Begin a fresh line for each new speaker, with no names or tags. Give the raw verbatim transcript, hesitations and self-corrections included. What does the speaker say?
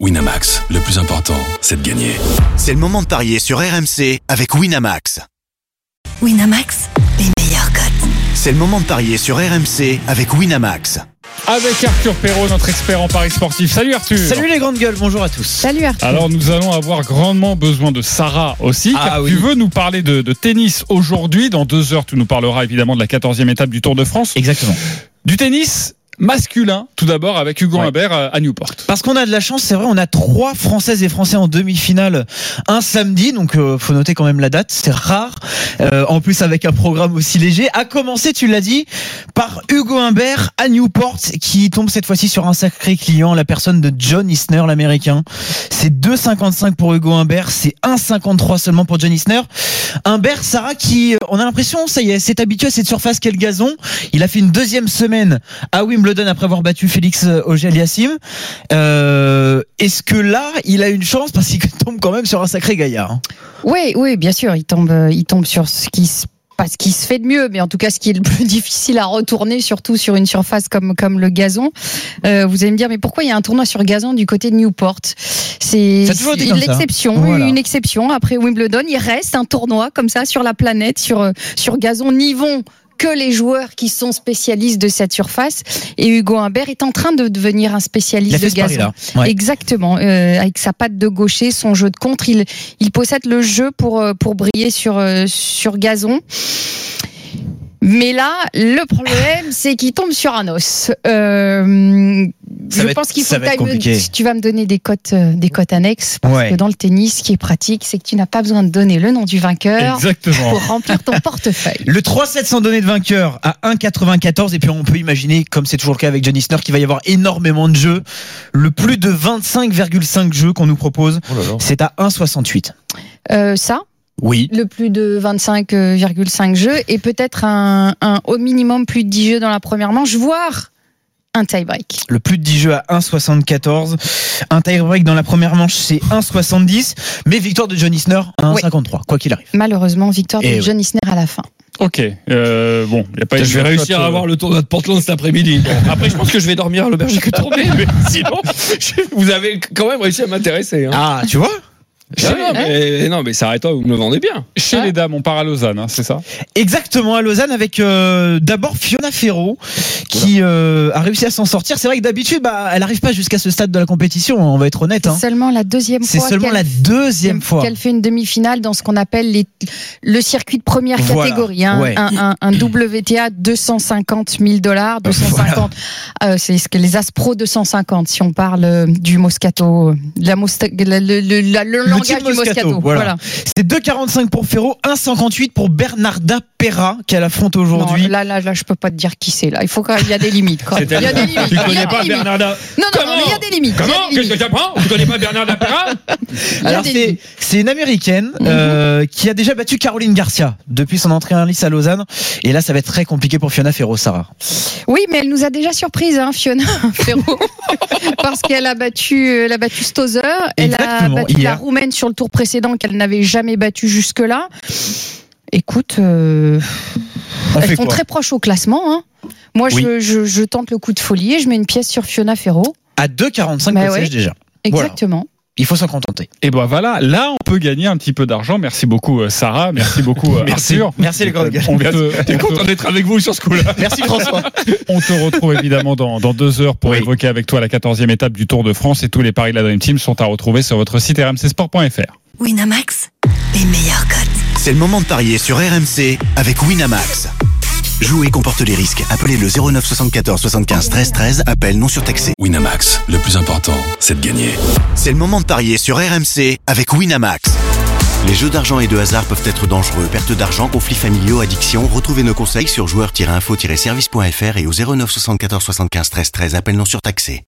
Winamax, le plus important, c'est de gagner.
C'est le moment de parier sur R M C avec Winamax.
Winamax, les meilleurs cotes.
C'est le moment de parier sur R M C avec Winamax.
Avec Arthur Perrault, notre expert en paris sportif. Salut Arthur.
Salut les grandes gueules, bonjour à tous.
Salut Arthur.
Alors nous allons avoir grandement besoin de Sarah aussi,
ah,
car
oui.
tu veux nous parler de, de tennis aujourd'hui. Dans deux heures, tu nous parleras évidemment de la quatorzième étape du Tour de France.
Exactement.
Du tennis masculin, tout d'abord avec Hugo
ouais.
Humbert à Newport.
Parce qu'on a de la chance, c'est vrai, on a trois Françaises et Français en demi-finale un samedi, donc euh, faut noter quand même la date, c'est rare. Euh, en plus avec un programme aussi léger. À commencer, tu l'as dit, par Hugo Humbert à Newport, qui tombe cette fois-ci sur un sacré client, la personne de John Isner, l'américain. C'est deux virgule cinquante-cinq pour Hugo Humbert, c'est un virgule cinquante-trois seulement pour John Isner. Humbert, Sarah, qui, on a l'impression, ça y est, s'est habitué à cette surface qu'est le gazon. Il a fait une deuxième semaine à Wimbledon après avoir battu Félix Auger-Aliassime. Euh, est-ce que là, il a une chance parce qu'il tombe quand même sur un sacré gaillard, hein.
Oui, oui, bien sûr, il tombe, il tombe sur ce qui se pas ce qui se fait de mieux, mais en tout cas ce qui est le plus difficile à retourner, surtout sur une surface comme comme le gazon. Euh, vous allez me dire, mais pourquoi il y a un tournoi sur gazon du côté de Newport ? C'est une exception, voilà. Une exception. Après Wimbledon, il reste un tournoi comme ça sur la planète, sur sur gazon. N'y vont que les joueurs qui sont spécialistes de cette surface, et Hugo Humbert est en train de devenir un spécialiste de gazon. Ouais. Exactement, euh, avec sa patte de gaucher, son jeu de contre, il il possède le jeu pour pour briller sur sur gazon. Mais là, le problème, c'est qu'il tombe sur un os. Euh, je
être,
pense qu'il faut que me, tu vas me donner des cotes, des cotes annexes, parce
ouais.
que dans le tennis, ce qui est pratique, c'est que tu n'as pas besoin de donner le nom du vainqueur.
Exactement.
Pour remplir ton portefeuille.
Le trois sept sans donner de vainqueur à un virgule quatre-vingt-quatorze, et puis on peut imaginer, comme c'est toujours le cas avec John Isner, qu'il va y avoir énormément de jeux. Le plus de vingt-cinq virgule cinq jeux qu'on nous propose, oh là là. C'est à un virgule soixante-huit.
Euh, ça
Oui.
Le plus de vingt-cinq virgule cinq jeux, et peut-être un, un au minimum plus de dix jeux dans la première manche, voire un tie-break.
Le plus de dix jeux à un virgule soixante-quatorze. Un tie-break dans la première manche, c'est un virgule soixante-dix. Mais victoire de John Isner, un virgule
oui.
cinquantre-trois, quoi qu'il arrive.
Malheureusement, victoire de
et
John
oui.
Isner à la fin.
Ok, euh, bon, y a pas.
Je vais réussir à avoir le tournoi de Portland cet après-midi. Bon, après, je pense que je vais dormir à l'auberge que tourner, mais sinon, vous avez quand même réussi à m'intéresser. Hein.
Ah, tu vois?
Ah non, mais, non, mais ça arrête-toi, vous me le vendez bien.
Chez
ouais.
les dames, on part à Lausanne, hein, c'est ça ?
Exactement, à Lausanne, avec euh, d'abord Fiona Ferro, qui euh, a réussi à s'en sortir. C'est vrai que d'habitude, bah, elle n'arrive pas jusqu'à ce stade de la compétition, on va être honnête. Hein.
C'est seulement la deuxième
C'est
fois.
C'est seulement la deuxième fois
qu'elle fait une demi-finale dans ce qu'on appelle les, le circuit de première
voilà.
catégorie. Hein.
Ouais.
Un, un, un W T A deux cent cinquante mille dollars, deux cent cinquante. Voilà. Euh, c'est ce que les Aspro deux cent cinquante, si on parle du Moscato, la Mosta, le, le, le, le, le langage du Moscato.
Voilà.
Voilà.
C'est deux virgule quarante-cinq pour Ferro, un virgule cinquante-huit pour Bernarda Pera qu'elle affronte aujourd'hui.
Non, là, là, là, je peux pas te dire qui c'est. Là, il faut quand même, il y a des limites. Quoi. Il y a des limites.
Tu connais pas Bernarda ?
Non, non, non, mais il y a des limites.
Comment ? Qu'est-ce que tu apprends ? Tu connais pas Bernarda Pera ?
Alors c'est c'est une américaine mm-hmm. euh, qui a déjà battu Caroline Garcia depuis son entrée en lice à Lausanne, et là ça va être très compliqué pour Fiona Ferro, Sarah.
Oui, mais elle nous a déjà surprise, hein, Fiona Ferro, parce qu'elle a battu, elle a battu Stosur, elle
Exactement,
a battu
hier.
la Roumaine sur le tour précédent qu'elle n'avait jamais battu jusque-là. Écoute, euh, elles sont très proches au classement. Hein. Moi, oui. je, je, je tente le coup de folie et je mets une pièce sur Fiona Ferro.
À deux virgule quarante-cinq bah ouais. déjà.
Exactement.
Voilà. Il faut s'en contenter.
Et ben voilà, là on peut gagner un petit peu d'argent. Merci beaucoup Sarah, merci beaucoup
merci.
Arthur.
Merci les grands gars.
On te,
T'es content d'être avec vous sur ce coup-là.
Merci François.
On te retrouve évidemment dans, dans deux heures pour oui. évoquer avec toi la quatorzième étape du Tour de France, et tous les paris de la Dream Team sont à retrouver sur votre site r m c sport point f r.
Winamax, les meilleurs cotes.
C'est le moment de parier sur R M C avec Winamax. Jouer comporte les risques. Appelez le zéro neuf soixante-quatorze soixante-quinze treize treize. Appel non surtaxé.
Winamax, le plus important, c'est de gagner.
C'est le moment de parier sur R M C avec Winamax. Les jeux d'argent et de hasard peuvent être dangereux. Perte d'argent, conflits familiaux, addiction. Retrouvez nos conseils sur joueurs tiret info tiret service point f r et au zéro neuf soixante-quatorze soixante-quinze treize treize. Appel non surtaxé.